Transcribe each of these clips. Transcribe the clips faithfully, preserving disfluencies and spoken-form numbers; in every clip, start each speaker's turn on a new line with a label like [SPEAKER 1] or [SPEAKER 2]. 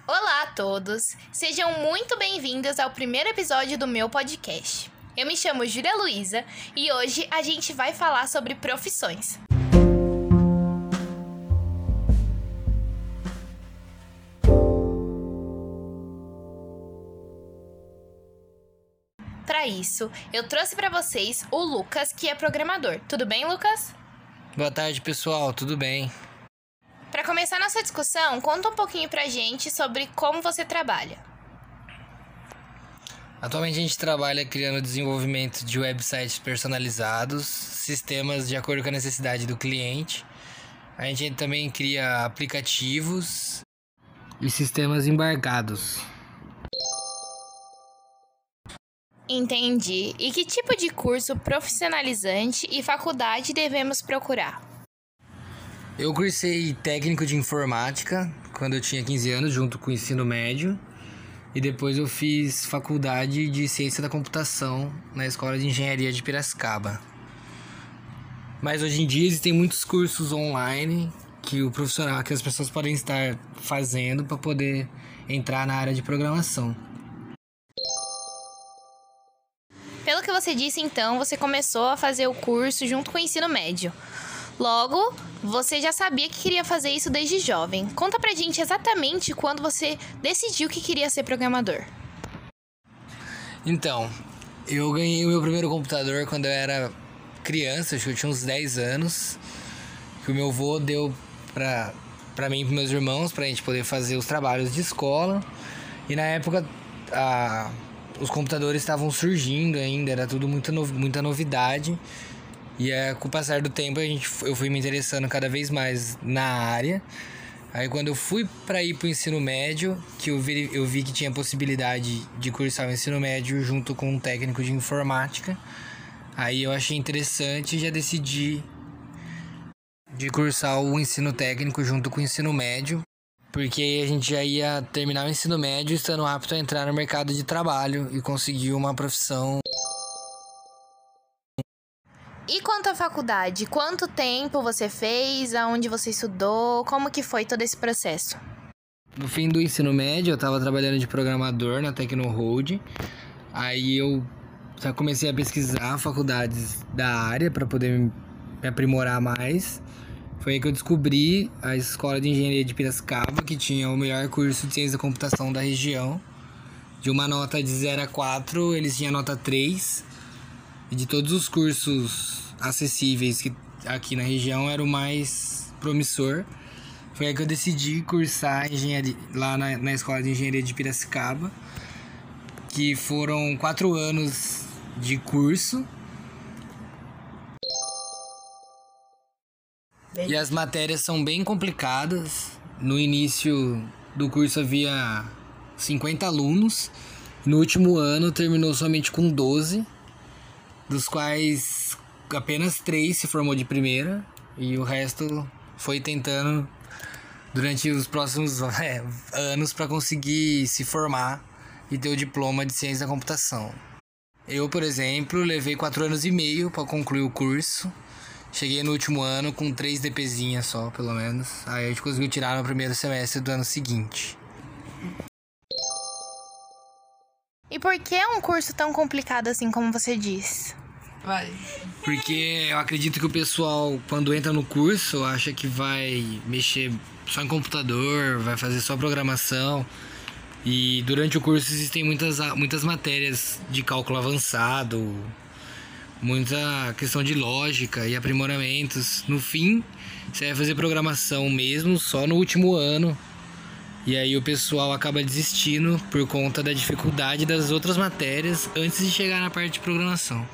[SPEAKER 1] Olá a todos! Sejam muito bem-vindos ao primeiro episódio do meu podcast. Eu me chamo Júlia Luísa e hoje a gente vai falar sobre profissões. Para isso, eu trouxe para vocês o Lucas, que é programador. Tudo bem, Lucas?
[SPEAKER 2] Boa tarde, pessoal. Tudo bem?
[SPEAKER 1] Para começar nossa discussão, conta um pouquinho pra gente sobre como você trabalha.
[SPEAKER 2] Atualmente a gente trabalha criando desenvolvimento de websites personalizados, sistemas de acordo com a necessidade do cliente. A gente também cria aplicativos e sistemas embarcados.
[SPEAKER 1] Entendi. E que tipo de curso profissionalizante e faculdade devemos procurar?
[SPEAKER 2] Eu cursei técnico de informática quando eu tinha quinze anos, junto com o ensino médio. E depois eu fiz faculdade de ciência da computação na Escola de Engenharia de Piracicaba. Mas hoje em dia existem muitos cursos online que o profissional, que as pessoas podem estar fazendo para poder entrar na área de programação.
[SPEAKER 1] Pelo que você disse, então, você começou a fazer o curso junto com o ensino médio. Logo, você já sabia que queria fazer isso desde jovem. Conta pra gente exatamente quando você decidiu que queria ser programador.
[SPEAKER 2] Então, eu ganhei o meu primeiro computador quando eu era criança, acho que eu tinha uns dez anos, que o meu avô deu pra, pra mim e pros meus irmãos, pra gente poder fazer os trabalhos de escola. E na época, a, os computadores estavam surgindo ainda, era tudo muita, no, muita novidade. E é, com o passar do tempo a gente, eu fui me interessando cada vez mais na área. Aí quando eu fui para ir pro ensino médio, que eu vi, eu vi que tinha possibilidade de cursar o ensino médio junto com um técnico de informática. Aí eu achei interessante e já decidi de cursar o ensino técnico junto com o ensino médio. Porque aí a gente já ia terminar o ensino médio estando apto a entrar no mercado de trabalho e conseguir uma profissão.
[SPEAKER 1] E quanto à faculdade, quanto tempo você fez, aonde você estudou, como que foi todo esse processo?
[SPEAKER 2] No fim do ensino médio, eu estava trabalhando de programador na Tecnohold. Aí eu já comecei a pesquisar faculdades da área para poder me aprimorar mais. Foi aí que eu descobri a Escola de Engenharia de Piracicaba, que tinha o melhor curso de ciência da computação da região. De uma nota de zero a quatro, eles tinham nota três. E de todos os cursos acessíveis que aqui na região era o mais promissor. Foi aí que eu decidi cursar engenharia lá na, na Escola de Engenharia de Piracicaba, que foram quatro anos de curso. Bem... E as matérias são bem complicadas. No início do curso havia cinquenta alunos. No último ano terminou somente com doze. Dos quais apenas três se formou de primeira e o resto foi tentando durante os próximos é, anos para conseguir se formar e ter o diploma de ciência da computação. Eu, por exemplo, levei quatro anos e meio para concluir o curso. Cheguei no último ano com três DPzinhas só, pelo menos. Aí a gente conseguiu tirar no primeiro semestre do ano seguinte.
[SPEAKER 1] E por que é um curso tão complicado assim como você diz?
[SPEAKER 2] Vai. Porque eu acredito que o pessoal, quando entra no curso, acha que vai mexer só em computador, vai fazer só programação. E durante o curso existem muitas, muitas matérias de cálculo avançado, muita questão de lógica e aprimoramentos. No fim, você vai fazer programação mesmo só no último ano. E aí o pessoal acaba desistindo por conta da dificuldade das outras matérias antes de chegar na parte de programação.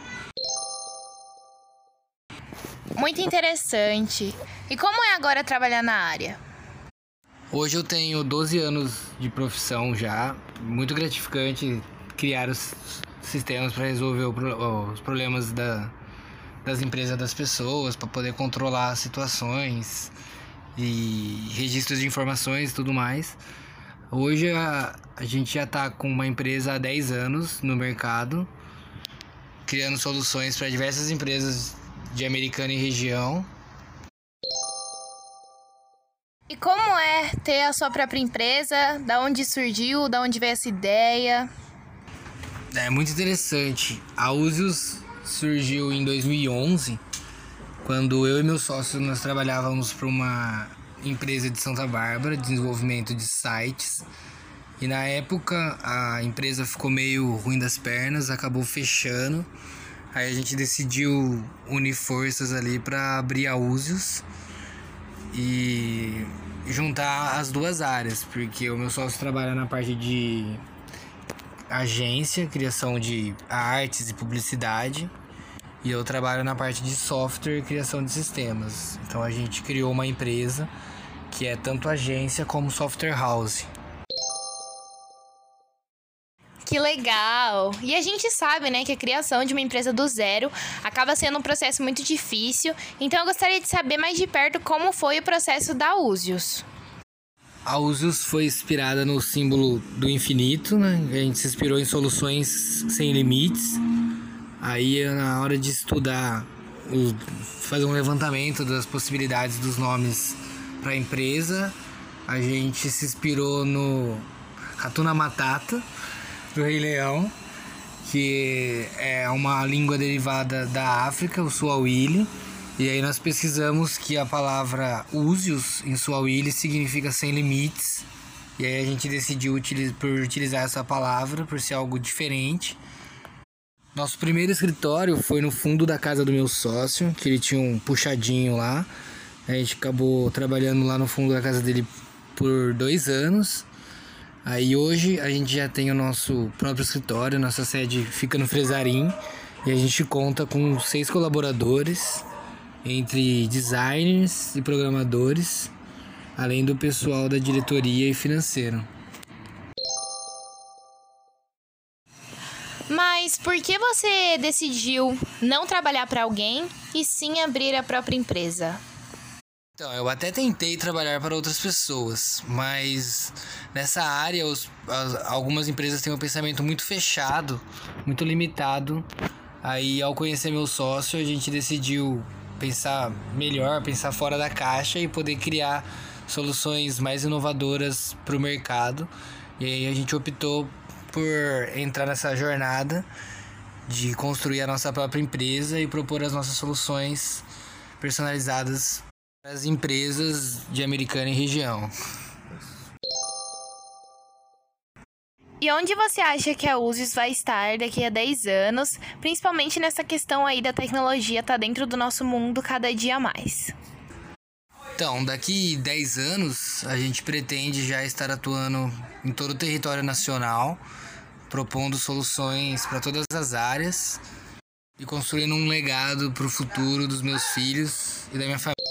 [SPEAKER 1] Muito interessante. E como é agora trabalhar na área?
[SPEAKER 2] Hoje eu tenho doze anos de profissão já. Muito gratificante criar os sistemas para resolver o, os problemas da, das empresas das pessoas, para poder controlar situações e registros de informações e tudo mais. Hoje a, a gente já está com uma empresa há dez anos no mercado, criando soluções para diversas empresas de Americana e região.
[SPEAKER 1] E como é ter a sua própria empresa? Da onde surgiu? Da onde veio essa ideia?
[SPEAKER 2] É muito interessante. A Uzius surgiu em dois mil e onze, quando eu e meu sócio nós trabalhávamos para uma empresa de Santa Bárbara, de desenvolvimento de sites. E na época a empresa ficou meio ruim das pernas, acabou fechando. Aí a gente decidiu unir forças ali para abrir a Uzius e juntar as duas áreas, porque o meu sócio trabalha na parte de agência, criação de artes e publicidade, e eu trabalho na parte de software e criação de sistemas. Então a gente criou uma empresa que é tanto agência como software house.
[SPEAKER 1] Que legal! E a gente sabe, né, que a criação de uma empresa do zero acaba sendo um processo muito difícil. Então eu gostaria de saber mais de perto como foi o processo da Uzius.
[SPEAKER 2] A Uzius foi inspirada no símbolo do infinito, né? A gente se inspirou em soluções sem limites. Aí na hora de estudar, fazer um levantamento das possibilidades dos nomes para a empresa, a gente se inspirou no Hakuna Matata, do Rei Leão, que é uma língua derivada da África, o Swahili. E aí nós pesquisamos que a palavra Uzius em Swahili significa sem limites. E aí a gente decidiu utiliz- por utilizar essa palavra, por ser algo diferente. Nosso primeiro escritório foi no fundo da casa do meu sócio, que ele tinha um puxadinho lá. A gente acabou trabalhando lá no fundo da casa dele por dois anos. Aí hoje a gente já tem o nosso próprio escritório, nossa sede fica no Fresarim. E a gente conta com seis colaboradores, entre designers e programadores, além do pessoal da diretoria e financeiro.
[SPEAKER 1] Mas por que você decidiu não trabalhar para alguém e sim abrir a própria empresa?
[SPEAKER 2] Então, eu até tentei trabalhar para outras pessoas, mas nessa área os, as, algumas empresas têm um pensamento muito fechado, muito limitado. Aí, ao conhecer meu sócio, a gente decidiu pensar melhor, pensar fora da caixa e poder criar soluções mais inovadoras para o mercado. E aí a gente optou por entrar nessa jornada de construir a nossa própria empresa e propor as nossas soluções personalizadas para as empresas de Americana e região.
[SPEAKER 1] E onde você acha que a Uzius vai estar daqui a dez anos, principalmente nessa questão aí da tecnologia tá dentro do nosso mundo cada dia mais?
[SPEAKER 2] Então, daqui dez anos, a gente pretende já estar atuando em todo o território nacional, propondo soluções para todas as áreas e construindo um legado para o futuro dos meus filhos e da minha família.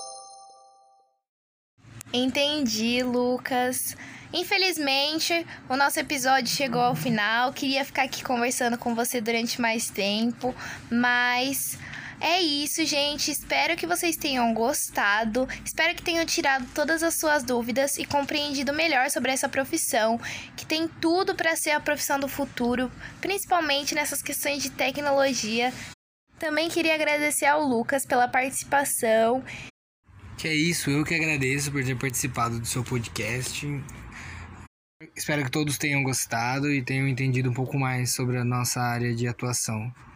[SPEAKER 1] Entendi, Lucas. Infelizmente, o nosso episódio chegou ao final. Queria ficar aqui conversando com você durante mais tempo, mas é isso, gente. Espero que vocês tenham gostado. Espero que tenham tirado todas as suas dúvidas e compreendido melhor sobre essa profissão, que tem tudo para ser a profissão do futuro, principalmente nessas questões de tecnologia. Também queria agradecer ao Lucas pela participação.
[SPEAKER 2] Que é isso, eu que agradeço por ter participado do seu podcast. Espero que todos tenham gostado e tenham entendido um pouco mais sobre a nossa área de atuação.